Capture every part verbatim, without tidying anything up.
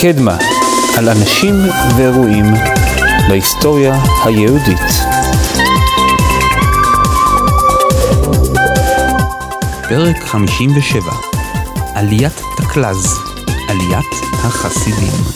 קדמה, על אנשים ואירועים בהיסטוריה היהודית. פרק חמישים ושבע, עליית תקלז, עליית החסידים.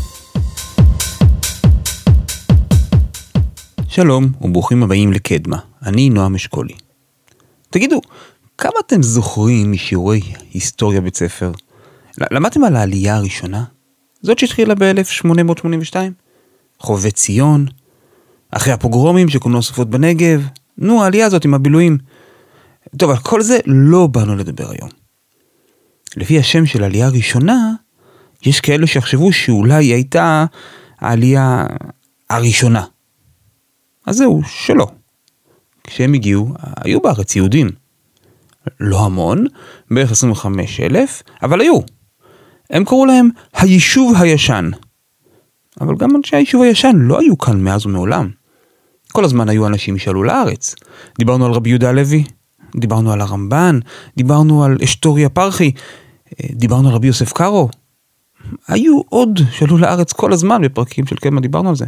שלום וברוכים הבאים לקדמה, אני נועם אשכולי. תגידו, כמה אתם זוכרים משיעורי היסטוריה בית ספר? למדתם על העלייה הראשונה? זאת שהתחילה ב-אלף שמונה מאות שמונים ושתיים? חובבי ציון? אחרי הפוגרומים שכונו סופות בנגב? נו, העלייה הזאת עם הבילויים. טוב, על כל זה לא באנו לדבר היום. לפי השם של העלייה הראשונה, יש כאלה שיחשבו שאולי היא הייתה העלייה הראשונה. אז זהו, שלא. כשהם הגיעו, היו בארץ יהודים. לא המון, בערך עשרים וחמישה אלף, אבל היו. הם קראו להם היישוב הישן. אבל גם אנשי היישוב הישן לא היו כאן מאז ומעולם. כל הזמן היו אנשים שעלו לארץ. דיברנו על רבי יהודה הלוי, דיברנו על הרמב"ן, דיברנו על אשתוריה פרחי, דיברנו על רבי יוסף קארו. היו עוד שעלו לארץ כל הזמן בפרקים של קדמה, דיברנו על זה.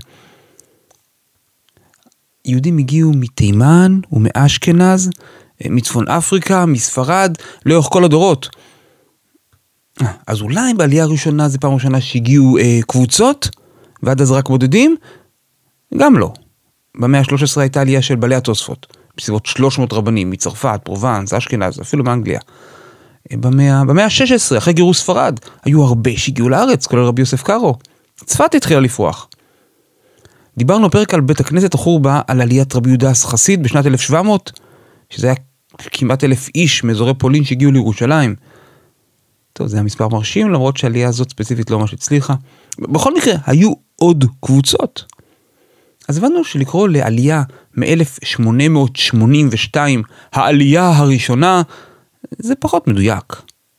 יהודים הגיעו מתימן ומאשכנז, מצפון אפריקה, מספרד, לאורך כל הדורות. אז אולי בעלייה הראשונה זה פעם ראשונה שהגיעו אה, קבוצות, ועד אז רק בודדים? גם לא. במאה ה-שלוש עשרה הייתה עלייה של בעלי התוספות, בסביבות שלוש מאות רבנים, מצרפת, פרובנס, אשכנז, אפילו מאנגליה. במאה, במאה ה-שש עשרה, אחרי גירוש ספרד, היו הרבה שהגיעו לארץ, כולל רבי יוסף קארו. צפת התחילה לפרוח. דיברנו פרק על בית הכנסת החורבה, על עליית רבי יהודה החסיד בשנת אלף שבע מאות, שזה היה כמעט אלף איש מאזורי פולין שהגיעו לירושלים. טוב, זה המספר מרשים, למרות שהעלייה הזאת ספציפית לא ממש הצליחה. בכל מקרה, היו עוד קבוצות. אז הבנו שלקרוא לעלייה מ-אלף שמונה מאות שמונים ושתיים, העלייה הראשונה, זה פחות מדויק.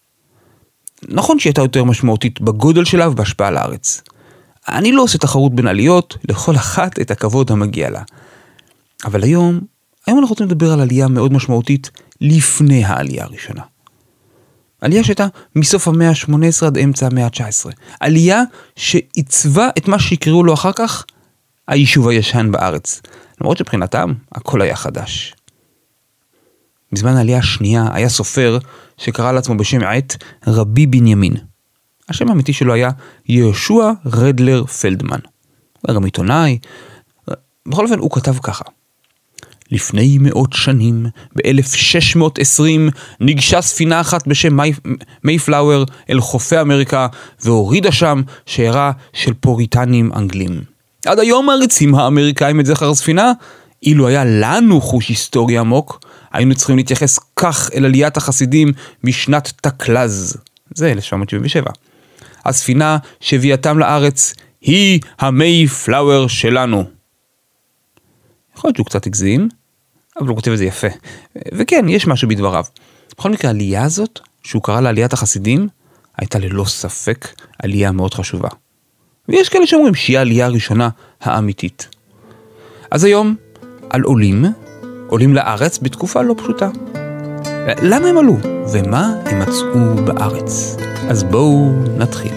נכון שהיא הייתה יותר משמעותית בגודל שלה ובהשפעה לארץ. אני לא עושה תחרות בין עליות, לכל אחת את הכבוד המגיע לה. אבל היום, היום אנחנו רוצים לדבר על עלייה מאוד משמעותית לפני העלייה הראשונה. עלייה שהייתה מסוף המאה ה-שמונה עשרה עד אמצע המאה ה-תשע עשרה. עלייה שעיצבה את מה שיקראו לו אחר כך היישוב הישן בארץ. למרות שבחינתם הכל היה חדש. בזמן העלייה השנייה היה סופר שקרא לעצמו בשם עט רבי בנימין. השם האמיתי שלו היה יהושע רדלר פלדמן. הוא היה גם עיתונאי. בכל אופן הוא כתב ככה. לפני מאות שנים, ב-אלף שש מאות ועשרים, ניגשה ספינה אחת בשם מייפלאואר אל חופי אמריקה, והורידה שם שיירה של פוריטנים אנגלים. עד היום מעריצים האמריקאים את זכר הספינה, אילו היה לנו חוש היסטורי עמוק, היינו צריכים להתייחס כך אל עליית החסידים בשנת תקלז. זה אלף שבע מאות שבעים ושבע. הספינה שהביאתם לארץ היא המייפלאואר שלנו. יכול להיות שהוא קצת הגזים, אבל הוא כותב את זה יפה. וכן, יש משהו בדבריו. בכל מקרה, העלייה הזאת, שהוא קרא לעליית החסידים, הייתה ללא ספק עלייה מאוד חשובה. ויש כאלה שאומרים שהיא העלייה הראשונה האמיתית. אז היום, על עולים, עולים לארץ בתקופה לא פשוטה. למה הם עלו? ומה הם מצאו בארץ? אז בואו נתחיל.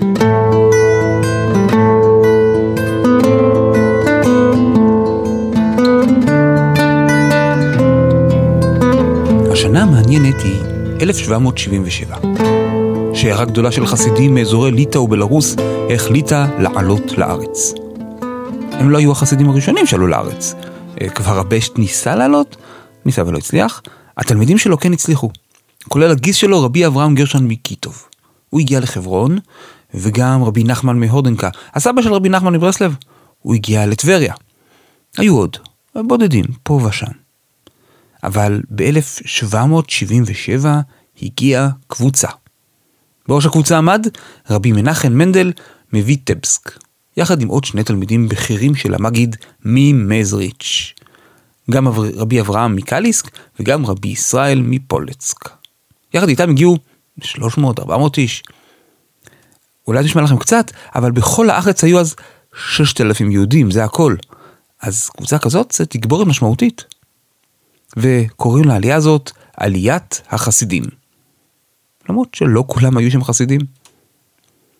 השנה המעניינת היא אלף שבע מאות שבעים ושבע. שיירה גדולה של חסידים מאזורי ליטא ובלרוס החליטה לעלות לארץ. הם לא היו החסידים הראשונים שעלו לארץ. כבר הבשט ניסה לעלות, ניסה ולא הצליח. התלמידים שלו כן הצליחו. כולל הגיס שלו רבי אברהם גרשון מקיטוב. הוא הגיע לחברון, וגם רבי נחמן מהורדנקה, הסבא של רבי נחמן מברסלב, הוא הגיע לטבריה. היו עוד, בודדים, פה ושם. אבל ב-אלף שבע מאות שבעים ושבע הגיעה קבוצה. בראש הקבוצה עמד רבי מנחם מנדל מויטבסק, יחד עם עוד שני תלמידים בכירים של המגיד ממזריץ'. גם רבי אברהם מקליסק וגם רבי ישראל מפולצק. יחד איתם הגיעו שלוש מאות ארבע מאות איש. אולי תשמע לכם קצת, אבל בכל הארץ היו אז ששת אלפים יהודים, זה הכל. אז קבוצה כזאת זה תגבורת משמעותית. וקוראים לעלייה הזאת עליית החסידים. למרות שלא כולם היו שם חסידים.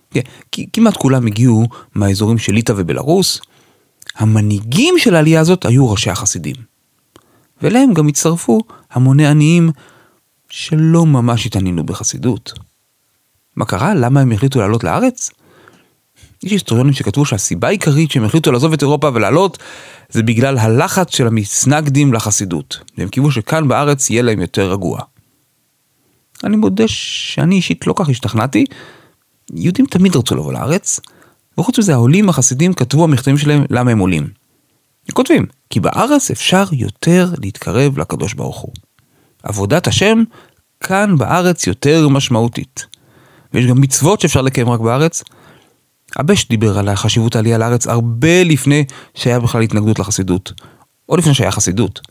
כן, כמעט כולם הגיעו מהאזורים של ליטא ובלרוס. המנהיגים של העלייה הזאת היו ראשי החסידים. ולהם גם הצטרפו המוני עניים שלא ממש התעניינו בחסידות. מה קרה? למה הם החליטו לעלות לארץ? יש היסטוריונים שכתבו שהסיבה העיקרית שהם החליטו לעזוב את אירופה ולעלות, זה בגלל הלחץ של המסנגדים לחסידות. והם קיוו שכאן בארץ יהיה להם יותר רגוע. אני מודה שאני אישית לא כך השתכנעתי. יהודים תמיד רצו לבוא לארץ, וחוץ מזה העולים החסידים כתבו המכתבים שלהם למה הם עולים. הם כותבים, כי בארץ אפשר יותר להתקרב לקדוש ברוך הוא. עבודת השם כאן בארץ יותר משמעותית. ויש גם מצוות שאפשר לקיים רק בארץ. הבש דיבר על החשיבות העלייה לארץ הרבה לפני שהיה בכלל התנגדות לחסידות, או לפני שהיה חסידות.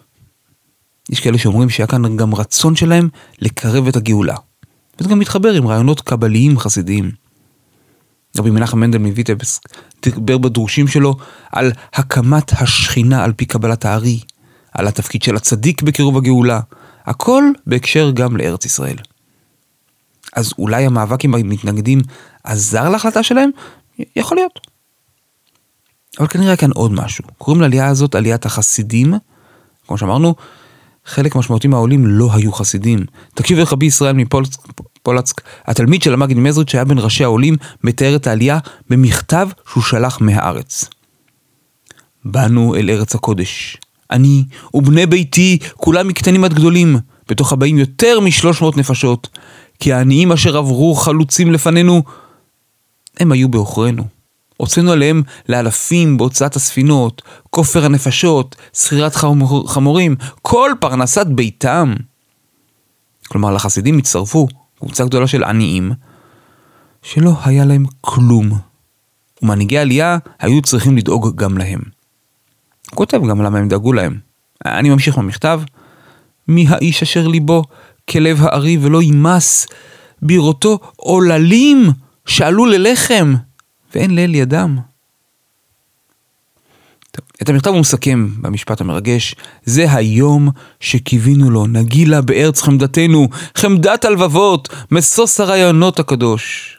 יש כאלה שאומרים שהיה כאן גם רצון שלהם לקרב את הגאולה. וזה גם מתחבר עם רעיונות קבליים חסידיים. רבי מנחם מנדל מויטבסק דיבר בדרושים שלו על הקמת השכינה על פי קבלת הארי, על התפקיד של הצדיק בקירוב הגאולה, הכל בהקשר גם לארץ ישראל. אז אולי המאבק עם המתנגדים עזר להחלטה שלהם? יכול להיות. אבל כנראה כאן עוד משהו. קוראים לעלייה הזאת עליית החסידים. כמו שאמרנו, חלק משמעותי מהעולים לא היו חסידים. תקשיב איך רבי ישראל מפולצק, התלמיד של המגיד ממזריץ' שהיה בין ראשי העולים, מתאר את העלייה במכתב שהוא שלח מהארץ. באנו אל ארץ הקודש. אני ובני ביתי, כולם מקטנים עד גדולים, בתוך הבאים יותר משלוש מאות נפשות, כי העניים אשר עברו חלוצים לפנינו, הם היו באוכרנו. הוצאנו עליהם לאלפים בהוצאת הספינות, כופר הנפשות, שכירת חמור, חמורים, כל פרנסת ביתם. כלומר, לחסידים הצטרפו קבוצה גדולה של עניים, שלא היה להם כלום. ומנהיגי העלייה היו צריכים לדאוג גם להם. הוא כותב גם למה הם דאגו להם. אני ממשיך במכתב. מי האיש אשר ליבו כלב הארי ולא יימס, בראותו עוללים שעלו ללחם, ואין ליל ידם. טוב, את המכתב הוא מסכם במשפט המרגש, זה היום שקיווינו לו, נגילה בארץ חמדתנו, חמדת הלבבות, מסוס הרעיונות הקדוש.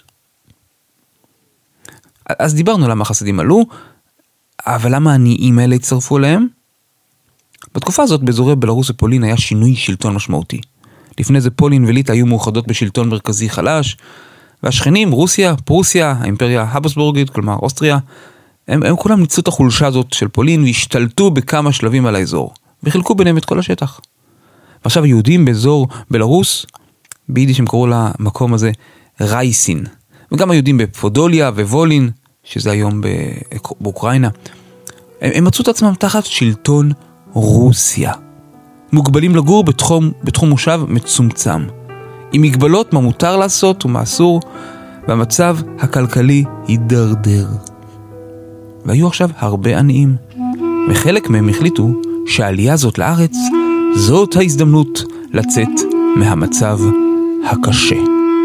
אז דיברנו למה החסידים עלו, אבל למה העניים האלה הצטרפו אליהם? בתקופה הזאת באזורי בלרוס ופולין היה שינוי שלטון משמעותי. לפני זה פולין וליטא היו מאוחדות בשלטון מרכזי חלש, והשכנים, רוסיה, פרוסיה, האימפריה הבסבורגית, כלומר אוסטריה, הם, הם כולם ניצלו את החולשה הזאת של פולין והשתלטו בכמה שלבים על האזור, וחילקו ביניהם את כל השטח. ועכשיו היהודים באזור בלרוס, ביידיש הם קראו למקום הזה רייסין, וגם היהודים בפודוליה ווולין, שזה היום באוקראינה, הם, הם מצאו את עצמם תחת שלטון רוסיה. מוגבלים לגור בתחום, בתחום מושב מצומצם. עם מגבלות מה מותר לעשות ומה אסור, והמצב הכלכלי הידרדר. והיו עכשיו הרבה עניים, וחלק מהם החליטו שהעלייה הזאת לארץ, זאת ההזדמנות לצאת מהמצב הקשה.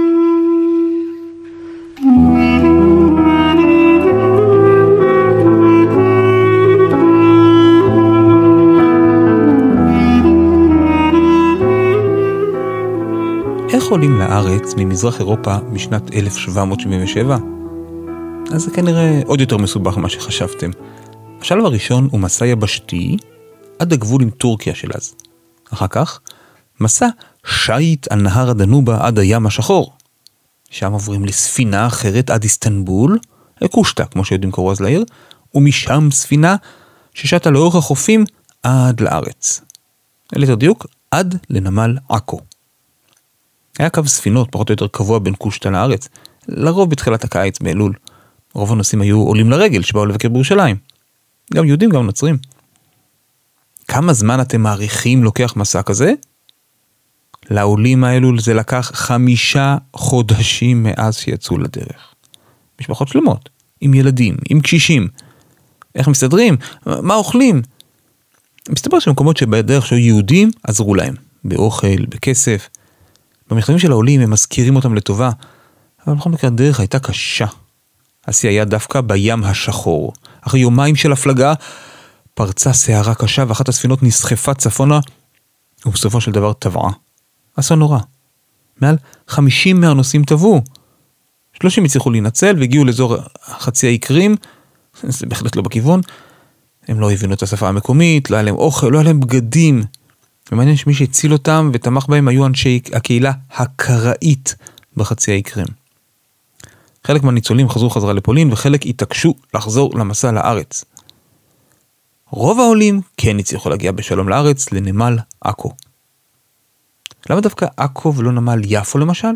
איך עולים לארץ ממזרח אירופה בשנת אלף שבע מאות שבעים ושבע? אז זה כנראה עוד יותר מסובך ממה שחשבתם. השלב הראשון הוא מסע יבשתי עד הגבול עם טורקיה של אז. אחר כך, מסע שייט על נהר הדנובה עד הים השחור. שם עוברים לספינה אחרת עד איסטנבול, קושטה, כמו שיודעים קראו אז לעיר, ומשם ספינה ששטה לאורך החופים עד לארץ. ליתר דיוק, עד לנמל עכו. היה קו ספינות פחות או יותר קבוע בין קושטה לארץ, לרוב בתחילת הקיץ באלול. רוב הנוסעים היו עולים לרגל שבאו לבקר בירושלים. גם יהודים, גם נוצרים. כמה זמן אתם מעריכים לוקח מסע כזה? לעולים האלו זה לקח חמישה חודשים מאז שיצאו לדרך. משפחות שלמות, עם ילדים, עם קשישים. איך מסתדרים? מה אוכלים? מסתבר שמקומות שבדרך שהיו יהודים עזרו להם. באוכל, בכסף. במכתבים של העולים הם מזכירים אותם לטובה. אבל בכל מקרה הדרך הייתה קשה. השיא היה דווקא בים השחור. אחרי יומיים של הפלגה פרצה סערה קשה ואחת הספינות נסחפה צפונה ובסופו של דבר טבעה. אסון נורא. מעל חמישים מהנוסעים טבעו. שלושים הצליחו להינצל והגיעו לאזור חצי האי קרים, זה בהחלט לא בכיוון, הם לא הבינו את השפה המקומית, לא היה להם אוכל, לא היה להם בגדים, ומעניין שמי שהציל אותם ותמך בהם היו אנשי הקהילה הקראית בחצי האי קרים. חלק מהניצולים חזרו חזרה לפולין וחלק התעקשו לחזור למסע לארץ. רוב העולים כן הצליחו להגיע בשלום לארץ, לנמל עכו. למה דווקא עכו ולא נמל יפו למשל?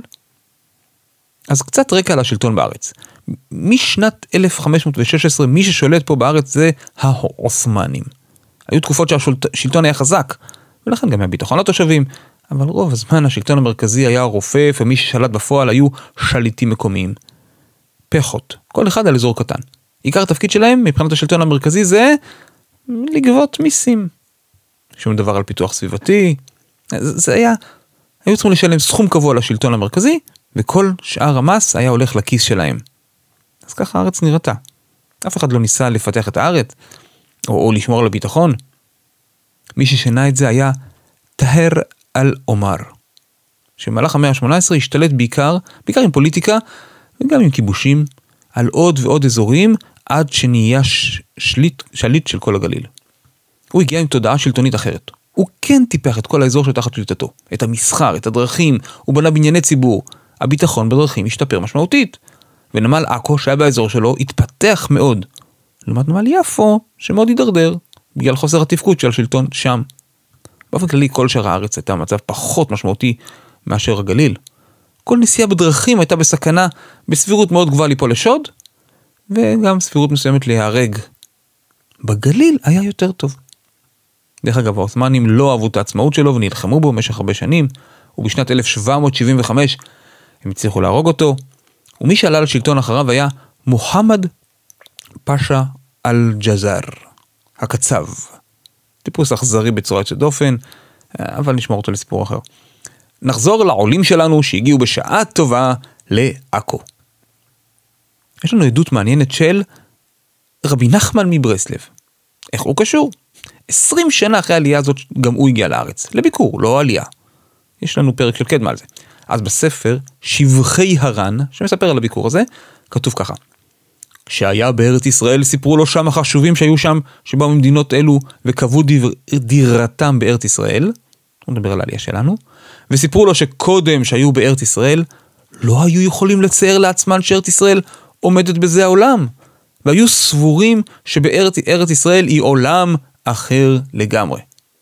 אז קצת רקע על השלטון בארץ. משנת אלף חמש מאות ושש עשרה מי ששולט פה בארץ זה העות'מאנים. היו תקופות שהשלטון היה חזק, ולכן גם היה ביטחון לתושבים, אבל רוב הזמן השלטון המרכזי היה רופף, ומי ששלט בפועל היו שליטים מקומיים. פחות, כל אחד על אזור קטן. עיקר התפקיד שלהם מבחינת השלטון המרכזי זה לגבות מיסים. שום דבר על פיתוח סביבתי. זה היה, היו צריכים לשלם סכום קבוע לשלטון המרכזי, וכל שאר המס היה הולך לכיס שלהם. אז ככה הארץ נראתה. אף אחד לא ניסה לפתח את הארץ, או, או לשמור על הביטחון. מי ששינה את זה היה טהר אל-עומר, שמהלך המאה ה-שמונה עשרה השתלט בעיקר, בעיקר עם פוליטיקה, וגם עם כיבושים, על עוד ועוד אזורים, עד שנהיה שליט, שליט של כל הגליל. הוא הגיע עם תודעה שלטונית אחרת. הוא כן טיפח את כל האזור שתחת שליטתו, את המסחר, את הדרכים, הוא בנה בנייני ציבור. הביטחון בדרכים השתפר משמעותית, ונמל עכו שהיה באזור שלו התפתח מאוד. לעומת נמל יפו שמאוד הידרדר, בגלל חוסר התפקוד של השלטון שם. באופן כללי כל שאר הארץ הייתה מצב פחות משמעותי מאשר הגליל. כל נסיעה בדרכים הייתה בסכנה, בסבירות מאוד גבוהה ליפול לשוד, וגם סבירות מסוימת להיהרג. בגליל היה יותר טוב. דרך אגב, העות'מאנים לא אהבו את העצמאות שלו ונלחמו בו במשך הרבה שנים, ובשנת אלף שבע מאות שבעים וחמש הם הצליחו להרוג אותו, ומי שעלה לשלטון אחריו היה מוחמד פאשה אל-ג'זר, הקצב. טיפוס אכזרי בצורה יוצאת דופן, אבל נשמור אותו לסיפור אחר. נחזור לעולים שלנו שהגיעו בשעה טובה לעכו. יש לנו עדות מעניינת של רבי נחמן מברסלב. איך הוא קשור? עשרים שנה אחרי העלייה הזאת גם הוא הגיע לארץ, לביקור, לא עלייה. יש לנו פרק של קדמה על זה. אז בספר שבחי הר"ן, שמספר על הביקור הזה, כתוב ככה: כשהיה בארץ ישראל סיפרו לו שם החשובים שהיו שם, שבאו ממדינות אלו וקבעו דיר, דירתם בארץ ישראל, הוא מדבר על העלייה שלנו, וסיפרו לו שקודם שהיו בארץ ישראל, לא היו יכולים לצייר לעצמן שארץ ישראל עומדת בזה העולם, והיו סבורים שבארץ ארץ ישראל היא עולם אחר לגמרי.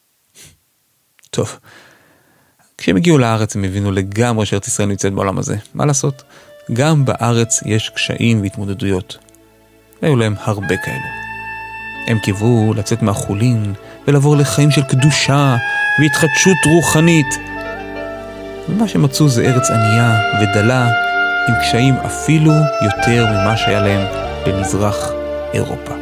טוב, כשהם הגיעו לארץ הם הבינו לגמרי שארץ ישראל נמצאת בעולם הזה. מה לעשות? גם בארץ יש קשיים והתמודדויות. והיו להם הרבה כאלו. הם קיוו לצאת מהחולין ולעבור לחיים של קדושה והתחדשות רוחנית. ומה שמצאו זה ארץ ענייה ודלה עם קשיים אפילו יותר ממה שהיה להם במזרח אירופה.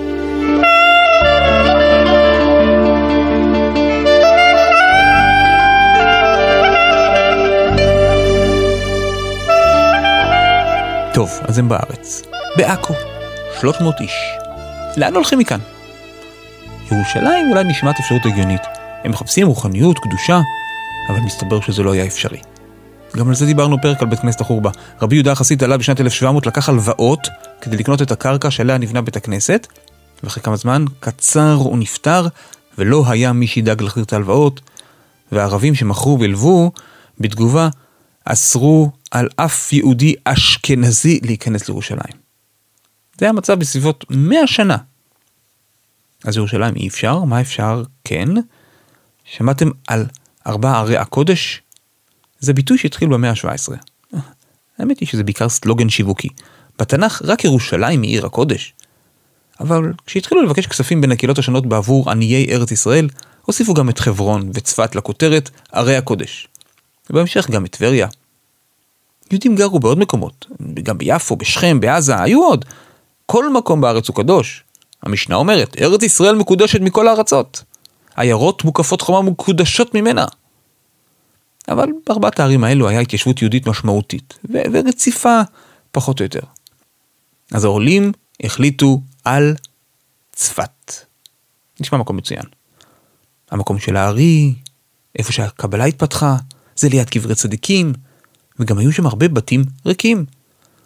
טוב, אז הם בארץ. בעכו. שלוש מאות איש. לאן הולכים מכאן? ירושלים אולי נשמעת אפשרות הגיונית. הם מחפשים רוחניות, קדושה, אבל מסתבר שזה לא היה אפשרי. גם על זה דיברנו פרק על בית כנסת החורבה. רבי יהודה החסיד עלה בשנת אלף שבע מאות לקח הלוואות כדי לקנות את הקרקע שעליה נבנה בית הכנסת, ואחרי כמה זמן קצר הוא נפטר, ולא היה מי שידאג להחזיר את ההלוואות, והערבים שמכרו ולוו, בתגובה, אסרו על אף יהודי אשכנזי להיכנס לירושלים. זה היה מצב בסביבות מאה שנה. אז ירושלים אי אפשר, מה אפשר? כן. שמעתם על ארבע ערי הקודש? זה ביטוי שהתחיל במאה ה-שבע עשרה. האמת היא שזה בעיקר סלוגן שיווקי. בתנ"ך רק ירושלים היא עיר הקודש. אבל כשהתחילו לבקש כספים בין הקהילות השונות בעבור עניי ארץ ישראל, הוסיפו גם את חברון וצפת לכותרת ערי הקודש. ובהמשך גם את טבריה. יהודים גרו בעוד מקומות, גם ביפו, בשכם, בעזה, היו עוד. כל מקום בארץ הוא קדוש. המשנה אומרת, ארץ ישראל מקודשת מכל הארצות. עיירות מוקפות חומה מקודשות ממנה. אבל בארבעת הערים האלו היה התיישבות יהודית משמעותית, ו- ורציפה פחות או יותר. אז העולים החליטו על צפת. נשמע מקום מצוין. המקום של הארי, איפה שהקבלה התפתחה, זה ליד קברי צדיקים, וגם היו שם הרבה בתים ריקים.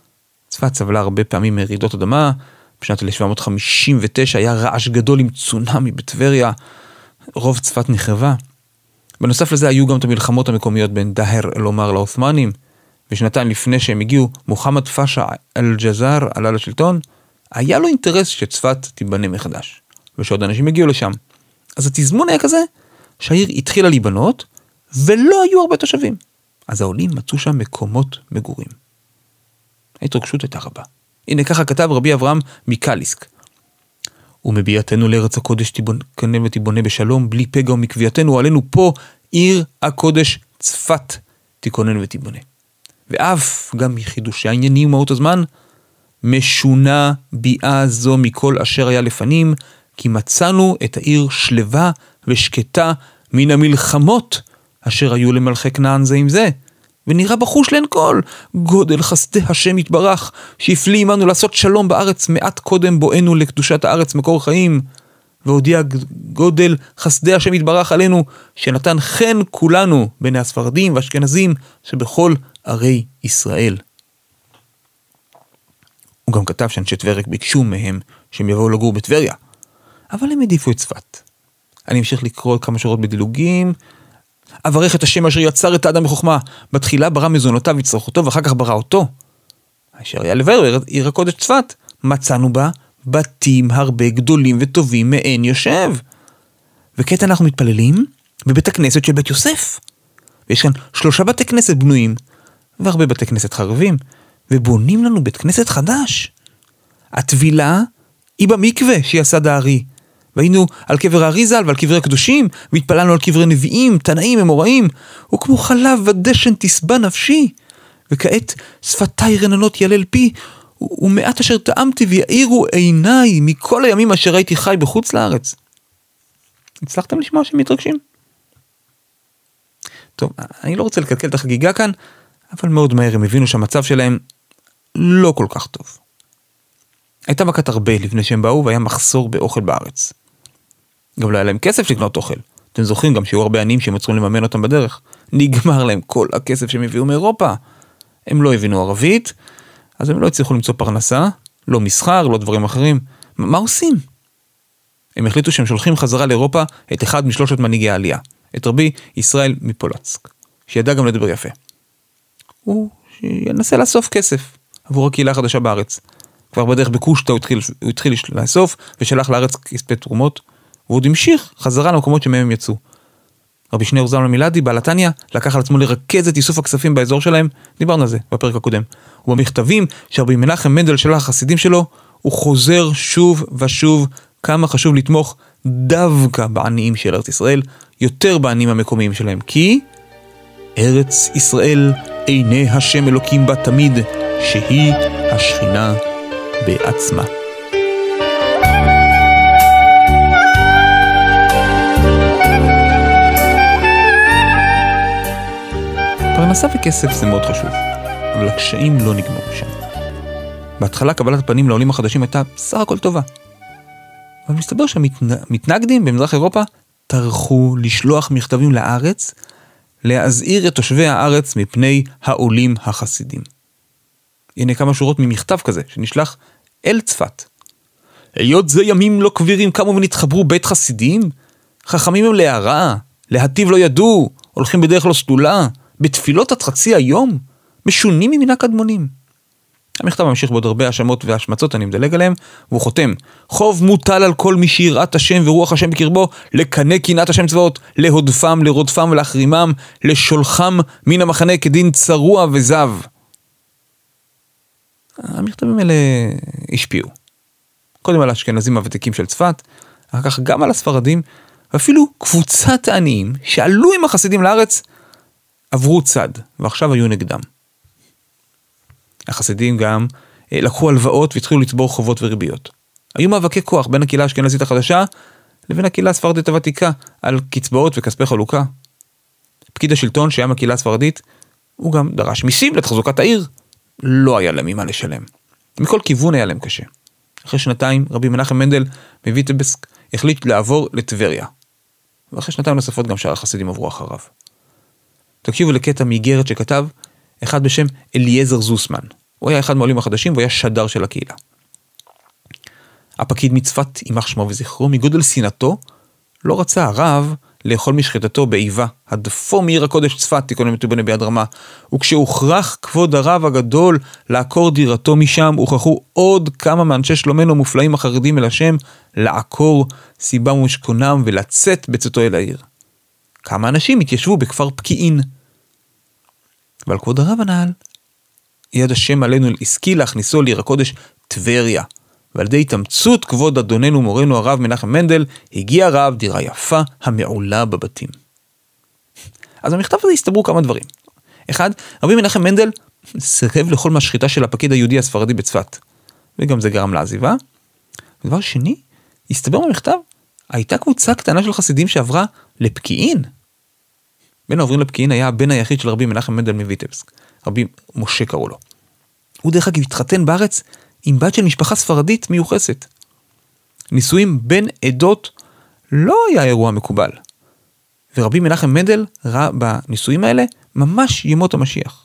צפת סבלה הרבה פעמים מרעידות אדמה, בשנת אלף שבע מאות חמישים ותשע היה רעש גדול עם צונמי בטבריה, רוב צפת נחרבה. בנוסף לזה היו גם את המלחמות המקומיות בין דהר אל-עומר לעות'מאנים, ושנתיים לפני שהם הגיעו, מוחמד פאשה אל-ג'זאר עלה לשלטון, היה לו אינטרס שצפת תיבנה מחדש, ושעוד אנשים הגיעו לשם. אז התזמון היה כזה, שהעיר התחילה להיבנות, ולא היו הרבה תושבים. אז העולים מצאו שם מקומות מגורים. ההתרגשות הייתה רבה. הנה ככה כתב רבי אברהם מקליסק. ומביאתנו לארץ הקודש תיבנה ותיבונה בשלום, בלי פגע ומקביעתנו עלינו פה, עיר הקודש צפת תיכונן ותיבונה. ואף גם מחידושי העניינים ומהות הזמן, משונה ביאה זו מכל אשר היה לפנים, כי מצאנו את העיר שלווה ושקטה מן המלחמות אשר היו למלכי כנען זה עם זה. ונראה בחוש לאין כל, גודל חסדי השם יתברך, שהפליא עמנו לעשות שלום בארץ מעט קודם בואנו לקדושת הארץ מקור חיים, והודיע גודל חסדי השם יתברך עלינו, שנתן חן כולנו בין הספרדים והאשכנזים שבכל ערי ישראל. הוא גם כתב שאנשי טבריה ביקשו מהם שהם יבואו לגור בטבריה, אבל הם העדיפו את צפת. אני אמשיך לקרוא כמה שורות בדילוגים. אברך את השם אשר יצר את האדם בחוכמה, בתחילה ברא מזונותיו וצרכותו, ואחר כך ברא אותו. אשר היה לבאר עיר הקודש צפת, מצאנו בה בתים הרבה גדולים וטובים מעין יושב. וכעת אנחנו מתפללים בבית הכנסת של בית יוסף. ויש כאן שלושה בתי כנסת בנויים, והרבה בתי כנסת חרבים, ובונים לנו בית כנסת חדש. הטבילה היא במקווה שיעשה דהרי. והיינו על קבר הארי ז"ל ועל קברי הקדושים, והתפללנו על קברי נביאים, תנאים, אמוראים, וכמו חלב ודשן תשבע נפשי. וכעת שפתיי רננות ילל פי, ומעט אשר טעמתי ויעירו עיניי מכל הימים אשר הייתי חי בחוץ לארץ. הצלחתם לשמוע שהם מתרגשים? טוב, אני לא רוצה לקלקל את החגיגה כאן, אבל מאוד מהר הם הבינו שהמצב שלהם לא כל כך טוב. הייתה מכת הרבה לפני שהם באו, והיה מחסור באוכל בארץ. גם לא היה להם כסף לקנות אוכל. אתם זוכרים גם שהיו הרבה עניים שהם יצרו לממן אותם בדרך. נגמר להם כל הכסף שהם הביאו מאירופה. הם לא הבינו ערבית, אז הם לא הצליחו למצוא פרנסה, לא מסחר, לא דברים אחרים. מה עושים? הם החליטו שהם שולחים חזרה לאירופה את אחד משלושת מנהיגי העלייה, את רבי ישראל מפולצק, שידע גם לדבר יפה. הוא ינסה לאסוף כסף עבור הקהילה החדשה בארץ. כבר בדרך בקושטה הוא התחיל, הוא התחיל לאסוף ושלח לארץ כספי תרומות, והוא עוד המשיך חזרה למקומות שמהם הם יצאו. רבי שניאור זלמן מלאדי, בעל התניא, לקח על עצמו לרכז את איסוף הכספים באזור שלהם, דיברנו על זה בפרק הקודם. ובמכתבים שרבי מנחם מנדל שלח החסידים שלו, הוא חוזר שוב ושוב כמה חשוב לתמוך דווקא בעניים של ארץ ישראל, יותר בעניים המקומיים שלהם, כי ארץ ישראל עיני השם אלוקים בה תמיד, שהיא השכינה בעצמה. פרנסה וכסף זה מאוד חשוב, אבל הקשיים לא נגמרו שם. בהתחלה קבלת הפנים לעולים החדשים הייתה סך הכל טובה. אבל מסתבר שהמתנגדים במזרח אירופה טרחו לשלוח מכתבים לארץ, להזהיר את תושבי הארץ מפני העולים החסידים. הנה כמה שורות ממכתב כזה שנשלח אל צפת. היות זה ימים לא קבירים קמו ונתחברו בית חסידים, חכמים הם להערה, להטיב לא ידעו, הולכים בדרך לא סתולה, בתפילות עד חצי היום, משונים ממינה קדמונים. המכתב ממשיך בעוד הרבה האשמות והשמצות, אני מדלג עליהם, והוא חותם, חוב מוטל על כל מי שיראת השם ורוח השם בקרבו, לקנה קנאת השם צבאות, להודפם, לרודפם ולהחרימם, לשולחם מן המחנה כדין צרוע וזב. המכתבים האלה השפיעו. קודם על האשכנזים הוותיקים של צפת, אחר כך גם על הספרדים, ואפילו קבוצת העניים שעלו עם החסידים לארץ, עברו צד, ועכשיו היו נגדם. החסידים גם לקחו הלוואות והתחילו לצבור חובות וריביות. היו מאבקי כוח בין הקהילה האשכנזית החדשה לבין הקהילה הספרדית הוותיקה על קצבאות וכספי חלוקה. פקיד השלטון שהיה מהקהילה הספרדית, הוא גם דרש מיסים לתחזוקת העיר. לא היה להם ממה לשלם. מכל כיוון היה להם קשה. אחרי שנתיים רבי מנחם מנדל מויטבסק החליט לעבור לטבריה. ואחרי שנתיים נוספות גם שאר החסידים עברו אחריו. תקשיבו לקטע מאיגרת שכתב אחד בשם אליעזר זוסמן. הוא היה אחד מהעולים החדשים, והוא היה שדר של הקהילה. הפקיד מצפת, יימח שמו וזכרו, מגודל סינתו, לא רצה הרב לאכול משחטתו באיבה, הדפו מעיר הקודש צפת, תיקונים מתובנה ביד רמה, וכשהוכרח כבוד הרב הגדול לעקור דירתו משם, הוכרחו עוד כמה מאנשי שלומנו מופלאים החרדים אל השם, לעקור סיבם ומשכונם ולצאת בצאתו אל העיר. כמה אנשים התיישבו בכפר פקיעין. ועל כבוד הרב הנעל, יד השם עלינו עסקי להכניסו לעיר הקודש טבריה, ועל ידי התאמצות כבוד אדוננו מורנו הרב מנחם מנדל, הגיע הרב דירה יפה המעולה בבתים. אז במכתב הזה הסתברו כמה דברים. אחד, רבי מנחם מנדל סירב לכל מהשחיטה של הפקיד היהודי הספרדי בצפת, וגם זה גרם לעזיבה. ודבר שני, הסתבר במכתב, הייתה קבוצה קטנה של חסידים שעברה לפקיעין. בין העוברים לפקיעין היה הבן היחיד של רבי מנחם מנדל מויטבסק, רבי משה קראו לו. הוא דרך אגב התחתן בארץ עם בת של משפחה ספרדית מיוחסת. נישואים בין עדות לא היה אירוע מקובל. ורבי מנחם מנדל ראה בנישואים האלה ממש ימות המשיח.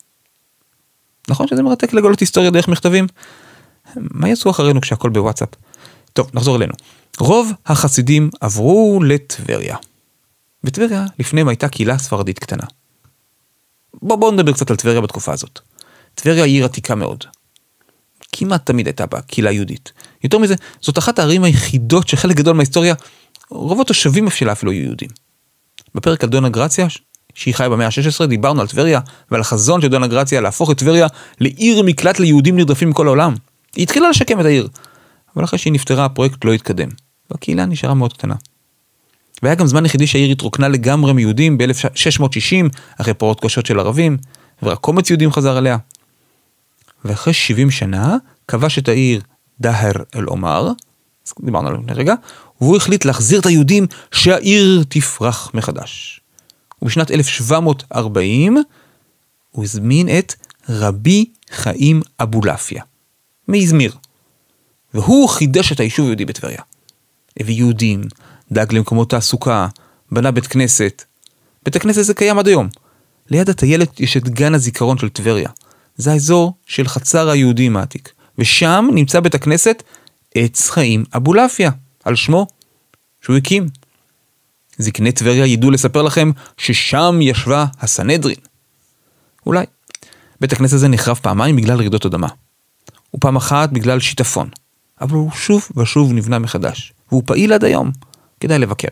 נכון שזה מרתק לגלות היסטוריה דרך מכתבים? מה יצאו אחרינו כשהכל בוואטסאפ? טוב, נחזור אלינו. רוב החסידים עברו לטבריה. בטבריה לפניהם הייתה קהילה ספרדית קטנה. בואו בוא נדבר קצת על טבריה בתקופה הזאת. טבריה היא עיר עתיקה מאוד. כמעט תמיד הייתה בה קהילה יהודית. יותר מזה, זאת אחת הערים היחידות שחלק גדול מההיסטוריה, רוב התושבים שלה אפילו היו יהודים. בפרק על דונה גרציה, שהיא חיה במאה ה-שש עשרה, דיברנו על טבריה, ועל החזון של דונה גרציה להפוך את טבריה לעיר מקלט ליהודים נרדפים מכל העולם. היא התחילה לשקם את העיר, אבל אחרי שהיא נפטרה, הפרויקט לא התקדם. והקהילה נשארה מאוד קטנה. והיה גם זמן יחידי שהעיר התרוקנה לגמרי מיהודים ב-אלף שש מאות שישים, אחרי פרעות קשות של ערבים, ורק קומץ יהודים חזר עליה. ואחרי שבעים שנה, כבש את העיר דהר אל עומר, דיברנו עליו לפני רגע, והוא החליט להחזיר את היהודים שהעיר תפרח מחדש. ובשנת אלף שבע מאות ארבעים, הוא הזמין את רבי חיים אבולעפיה, מאזמיר. והוא חידש את היישוב היהודי בטבריה. הביא יהודים, דאג למקומות תעסוקה, בנה בית כנסת. בית הכנסת זה קיים עד היום. ליד הטיילת יש את גן הזיכרון של טבריה. זה האזור של חצר היהודים העתיק. ושם נמצא בית הכנסת עץ חיים אבולעפיה, על שמו, שהוא הקים. זקני טבריה ידעו לספר לכם ששם ישבה הסנהדרין. אולי. בית הכנסת הזה נחרב פעמיים בגלל רעידות אדמה. ופעם אחת בגלל שיטפון. אבל הוא שוב ושוב נבנה מחדש. והוא פעיל עד היום. כדאי לבקר.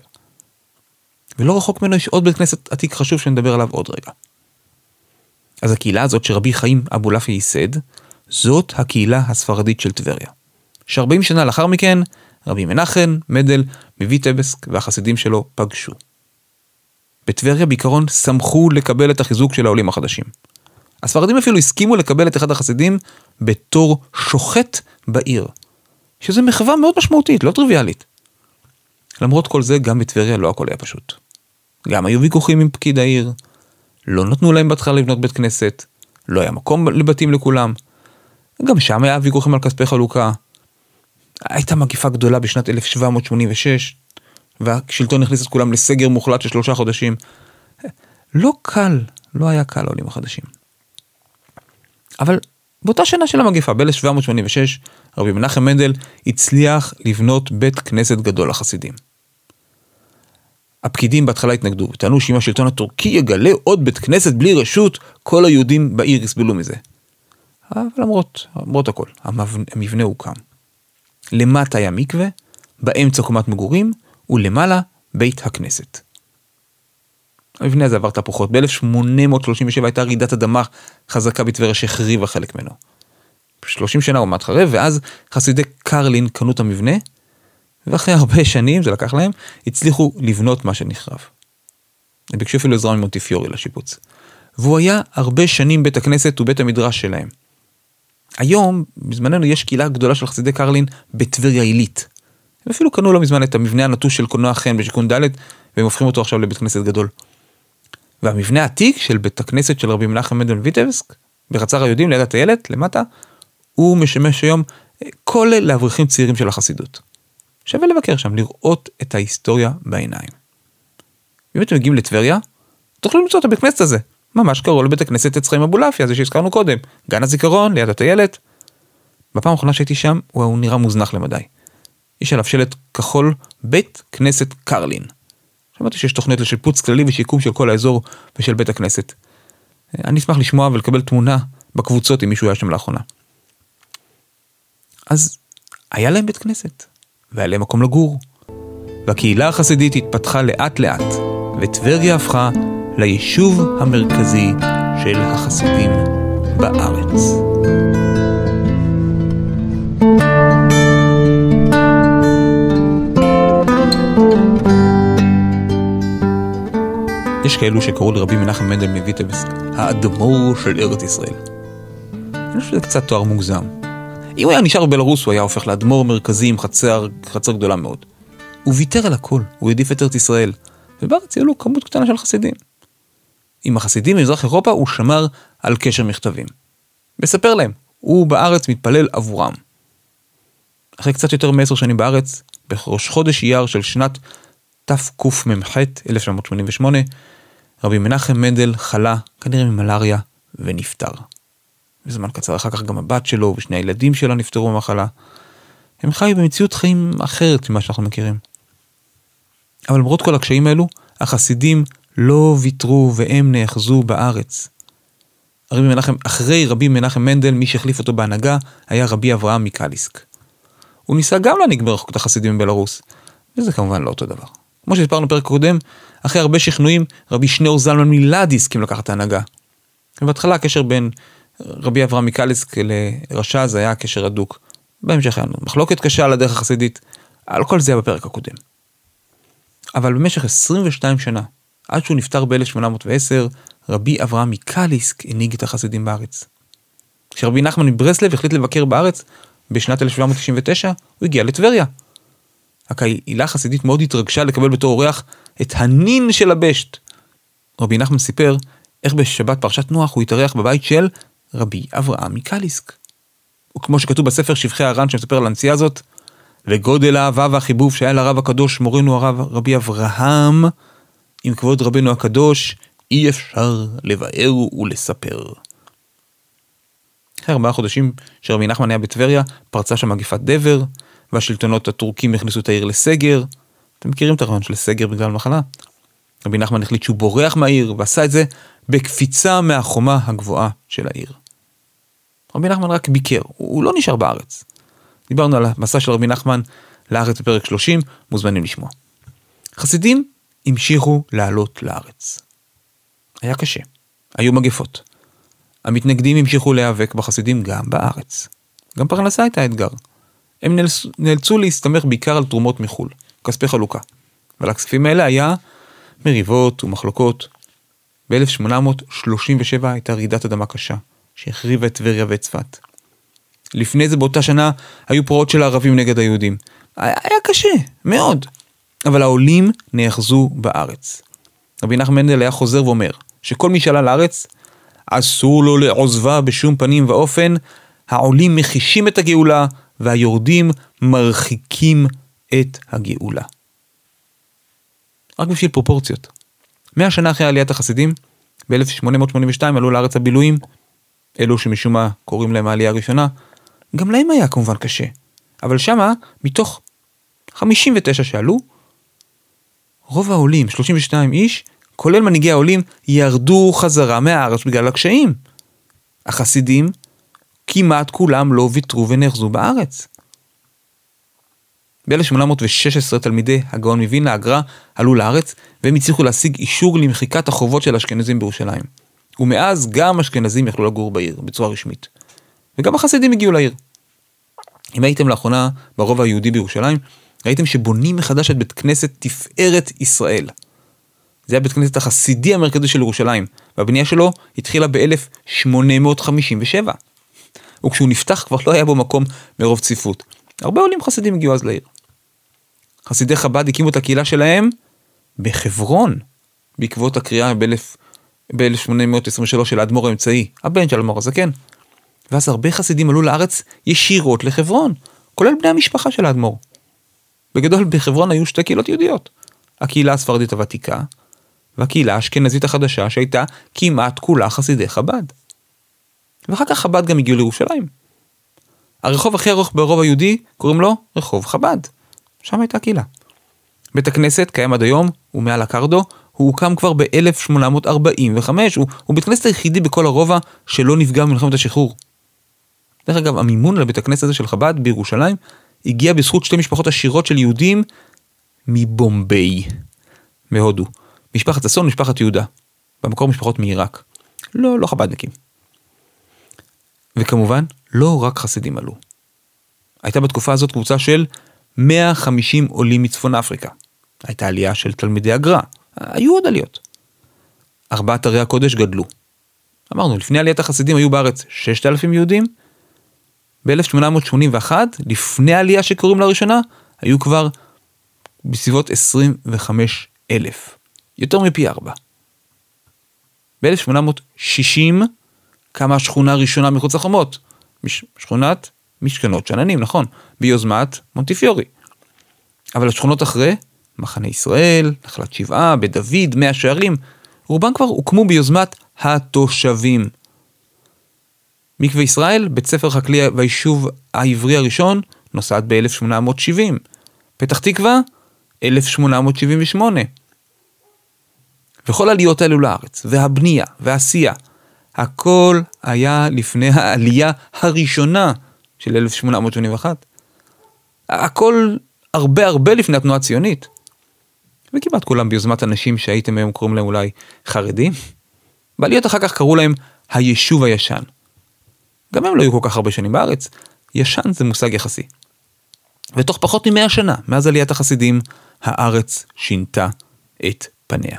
ולא רחוק ממנו יש עוד בית כנסת עתיק חשוב שנדבר עליו עוד רגע. אז הקהילה הזאת שרבי חיים אבולעפיה ייסד, זאת הקהילה הספרדית של טבריה. ש-ארבעים שנה לאחר מכן, רבי מנחם מנדל מויטבסק והחסידים שלו פגשו. בטבריה בעיקרון שמחו לקבל את החיזוק של העולים החדשים. הספרדים אפילו הסכימו לקבל את אחד החסידים בתור שוחט בעיר, שזה מחווה מאוד משמעותית, לא טריוויאלית. למרות כל זה, גם בטבריה לא הכל היה פשוט. גם היו ויכוחים עם פקיד העיר, לא נתנו להם בהתחלה לבנות בית כנסת, לא היה מקום לבתים לכולם, גם שם היה ויכוחים על כספי חלוקה. הייתה מגיפה גדולה בשנת אלף שבע מאות שמונים ושש, והשלטון הכניס את כולם לסגר מוחלט של שלושה חודשים. לא קל, לא היה קל לעולים החדשים. אבל באותה שנה של המגיפה, ב-אלף שבע מאות שמונים ושש, רבי מנחם מנדל הצליח לבנות בית כנסת גדול לחסידים. הפקידים בהתחלה התנגדו, וטענו שאם השלטון הטורקי יגלה עוד בית כנסת בלי רשות, כל היהודים בעיר יסבלו מזה. אבל למרות, למרות הכל, המבנה הוקם. למטה היה מקווה, באמצע קומת מגורים, ולמעלה בית הכנסת. המבנה הזה עבר תהפוכות. ב-אלף שמונה מאות שלושים ושבע הייתה רעידת אדמה חזקה בטבריה שהחריבה חלק ממנו. שלושים שנה הוא עמד חרב, ואז חסידי קרלין קנו את המבנה, ואחרי הרבה שנים, זה לקח להם, הצליחו לבנות מה שנחרב. הם ביקשו אפילו עזרה ממונטיפיורי לשיפוץ. והוא היה הרבה שנים בית הכנסת ובית המדרש שלהם. היום, בזמננו, יש קהילה גדולה של חסידי קרלין בטבריה עילית. הם אפילו קנו לא מזמן את המבנה הנטוש של קולנוע חן בשיכון ד' והם הופכים אותו עכשיו לבית כנסת גדול. והמבנה העתיק של בית הכנסת של רבי מנחם מנדל מויטבסק, בחצר היהודים ליד הטיילת, למטה, הוא משמש היום כולל לאברכים צעירים של החסידות. שווה לבקר שם, לראות את ההיסטוריה בעיניים. אם אתם מגיעים לטבריה, תוכלו למצוא את הבית כנסת הזה. ממש קרוב לבית הכנסת עץ חיים אבולעפיה, זה שהזכרנו קודם, גן הזיכרון, ליד הטיילת. בפעם האחרונה שהייתי שם, הוא נראה מוזנח למדי. יש עליו שלט כחול, בית כנסת קרלין. שמעתי שיש תוכנית לשיפוץ כללי ושיקום של כל האזור ושל בית הכנסת. אני אשמח לשמוע ולקבל תמונה בקבוצות אם מישהו היה שם לאחרונה. אז היה להם בית כנסת, והיה להם מקום לגור. והקהילה החסידית התפתחה לאט לאט, וטבריה הפכה ליישוב המרכזי של החסידים בארץ. יש כאלו שקראו לרבי מנחם מנדל מויטבסק, האדמו"ר של ארץ ישראל. אני חושב שזה קצת תואר מוגזם. אם הוא היה נשאר בבלרוס, הוא היה הופך לאדמו"ר מרכזי עם חצר, חצר גדולה מאוד. הוא ויתר על הכל, הוא העדיף את ארץ ישראל, ובארץ היה לו כמות קטנה של חסידים. עם החסידים במזרח אירופה הוא שמר על קשר מכתבים. מספר להם, הוא בארץ מתפלל עבורם. אחרי קצת יותר מעשר שנים בארץ, בראש חודש אייר של שנת תקמ"ח, אלף תשע מאות שמונים ושמונה, רבי מנחם מנדל חלה, כנראה ממלריה, ונפטר. בזמן קצר אחר כך גם הבת שלו ושני הילדים שלה נפטרו במחלה. הם חיו במציאות חיים אחרת ממה שאנחנו מכירים. אבל למרות כל הקשיים האלו, החסידים לא ויתרו והם נאחזו בארץ. רבי מנחם, אחרי רבי מנחם מנדל, מי שהחליף אותו בהנהגה היה רבי אברהם מקליסק. הוא ניסה גם להנהיג מרחוק את החסידים בבלרוס, וזה כמובן לא אותו דבר. כמו שהסברנו פרק קודם, אחרי הרבה שכנועים, רבי שניאור זלמן מלאדי הסכים לקחת את ההנהגה. ובהתחלה הקשר בין רבי אברהם מקליסק לרש"ז היה קשר הדוק. בהמשך היה מחלוקת קשה על הדרך החסידית, על כל זה היה בפרק הקודם. אבל במשך עשרים ושתיים שנה, עד שהוא נפטר ב-אלף שמונה מאות ועשר, רבי אברהם מקליסק הנהיג את החסידים בארץ. כשרבי נחמן מברסלב החליט לבקר בארץ, בשנת אלף שבע מאות תשעים ותשע, הוא הגיע לטבריה. הקהילה החסידית מאוד התרגשה לקבל בתור אורח את הנין של הבשט. רבי נחמן סיפר איך בשבת פרשת נוח הוא התארח בבית של רבי אברהם מקליסק. וכמו שכתוב בספר שבחי הר"ן שמספר על הנסיעה הזאת, וגודל האהבה והחיבוב שהיה לרב הקדוש מורנו הרב רבי אברהם, עם כבוד רבנו הקדוש, אי אפשר לבאר ולספר. אחרי ארבעה חודשים שרבי נחמן היה בטבריה, פרצה שם מגפת דבר, והשלטונות הטורקים הכניסו את העיר לסגר. אתם מכירים את הרעיון של סגר בגלל מחלה? רבי נחמן החליט שהוא בורח מהעיר, ועשה את זה בקפיצה מהחומה הגבוהה של העיר. רבי נחמן רק ביקר, הוא לא נשאר בארץ. דיברנו על המסע של רבי נחמן לארץ בפרק שלושים, מוזמנים לשמוע. חסידים המשיכו לעלות לארץ. היה קשה, היו מגפות. המתנגדים המשיכו להיאבק בחסידים גם בארץ. גם פרנסה הייתה אתגר. הם נאלצו, נאלצו להסתמך בעיקר על תרומות מחול, כספי חלוקה. ועל הכספים האלה היה מריבות ומחלוקות. ב-אלף שמונה מאות שלושים ושבע הייתה רעידת אדמה קשה, שהחריבה את טבריה ואת צפת. לפני זה באותה שנה היו פרעות של הערבים נגד היהודים. היה, היה קשה, מאוד. אבל העולים נאחזו בארץ. רבי נחמן מנדל היה חוזר ואומר, שכל מי שעלה לארץ, אסור לו לעוזבה בשום פנים ואופן, העולים מחישים את הגאולה, והיורדים מרחיקים את הגאולה. רק בשביל פרופורציות. מאה שנה אחרי עליית החסידים, ב-אלף שמונה מאות שמונים ושתיים עלו לארץ הבילויים, אלו שמשום מה קוראים להם העלייה הראשונה, גם להם היה כמובן קשה. אבל שמה, מתוך חמישים ותשע שעלו, רוב העולים, שלושים ושניים איש, כולל מנהיגי העולים, ירדו חזרה מהארץ בגלל הקשיים. החסידים, כמעט כולם לא ויתרו ונחזו בארץ. ב-אלף שמונה מאות ושש עשרה תלמידי הגאון מווילנה הגר"א עלו לארץ, והם הצליחו להשיג אישור למחיקת החובות של האשכנזים בירושלים. ומאז גם אשכנזים יכלו לגור בעיר בצורה רשמית. וגם החסידים הגיעו לעיר. אם הייתם לאחרונה ברובע היהודי בירושלים, ראיתם שבונים מחדש את בית כנסת תפארת ישראל. זה היה בית כנסת החסידי המרכזי של ירושלים, והבנייה שלו התחילה ב-אלף שמונה מאות חמישים ושבע. וכשהוא נפתח כבר לא היה בו מקום מרוב צפיפות. הרבה עולים חסידים הגיעו אז לעיר. חסידי חב"ד הקימו את הקהילה שלהם בחברון, בעקבות הקריאה ב-אלף שמונה מאות עשרים ושלוש של האדמו"ר האמצעי, הבן של האדמו"ר הזקן. ואז הרבה חסידים עלו לארץ ישירות לחברון, כולל בני המשפחה של האדמו"ר. בגדול בחברון היו שתי קהילות יהודיות. הקהילה הספרדית הוותיקה, והקהילה האשכנזית החדשה שהייתה כמעט כולה חסידי חב"ד. ואחר כך חב"ד גם הגיעו לירושלים. הרחוב הכי ארוך ברוב היהודי קוראים לו רחוב חב"ד. שם הייתה קהילה. בית הכנסת קיים עד היום, הוא מעל הקרדו, הוא הוקם כבר ב-אלף שמונה מאות ארבעים וחמש, הוא, הוא בית הכנסת היחידי בכל הרובע שלא נפגע במלחמת השחרור. דרך אגב, המימון לבית הכנסת הזה של חב"ד בירושלים הגיע בזכות שתי משפחות עשירות של יהודים מבומביי, מהודו. משפחת אסון, משפחת יהודה. במקור משפחות מעיראק. לא, לא חב"דניקים. וכמובן, לא רק חסידים עלו. הייתה בתקופה הזאת קבוצה של מאה וחמישים עולים מצפון אפריקה. הייתה עלייה של תלמידי הגר"א. היו עוד עליות. ארבעת ערי הקודש גדלו. אמרנו, לפני עליית החסידים היו בארץ ששת אלפים יהודים. ב-אלף שמונה מאות שמונים ואחת, לפני העלייה שקוראים לראשונה, היו כבר בסביבות עשרים וחמישה אלף. יותר מפי ארבע. ב-אלף שמונה מאות שישים קמה השכונה הראשונה מחוץ לחומות. מש... שכונת משכנות שננים, נכון, ביוזמת מונטיפיורי. אבל השכונות אחרי, מחנה ישראל, נחלת שבעה, בדוד, מאה שערים, רובן כבר הוקמו ביוזמת התושבים. מקווה ישראל, בית ספר חקלאי והיישוב העברי הראשון, נוסד ב-אלף שמונה מאות שבעים. פתח תקווה, אלף שמונה מאות שבעים ושמונה. וכל העליות האלו לארץ, והבנייה, והעשייה, הכל היה לפני העלייה הראשונה של אלף שמונה מאות שמונים ואחת. הכל הרבה הרבה לפני התנועה הציונית. וכמעט כולם ביוזמת אנשים שהייתם היום קוראים להם אולי חרדים. בעליות אחר כך קראו להם היישוב הישן. גם הם לא היו כל כך הרבה שנים בארץ. ישן זה מושג יחסי. ותוך פחות ממאה שנה, מאז עליית החסידים, הארץ שינתה את פניה.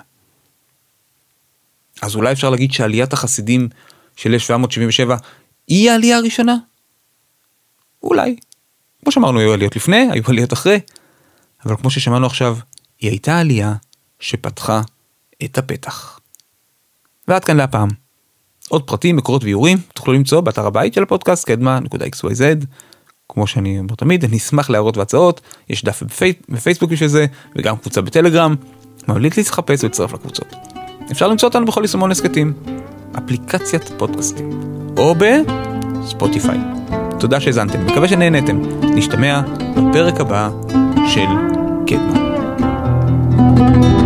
אז אולי אפשר להגיד שעליית החסידים של אלף שבע מאות שבעים ושבע היא העלייה הראשונה? אולי. כמו שאמרנו, היו עליות לפני, היו עליות אחרי, אבל כמו ששמענו עכשיו, היא הייתה עלייה שפתחה את הפתח. ועד כאן להפעם. עוד פרטים, מקורות ואיורים, תוכלו למצוא באתר הבית של הפודקאסט, קדמה נקודה אקס וואי זד. כמו שאני אומר תמיד, אני אשמח להערות והצעות, יש דף בפי... בפייסבוק בשביל זה, וגם קבוצה בטלגרם, ממליץ להתחפש ולצרף לקבוצות. אפשר למצוא אותנו בכל יישומון הסכתים, אפליקציית פודקאסטים, או בספוטיפיי. תודה שהזנתם, מקווה שנהנתם. נשתמע בפרק הבא של קדמה.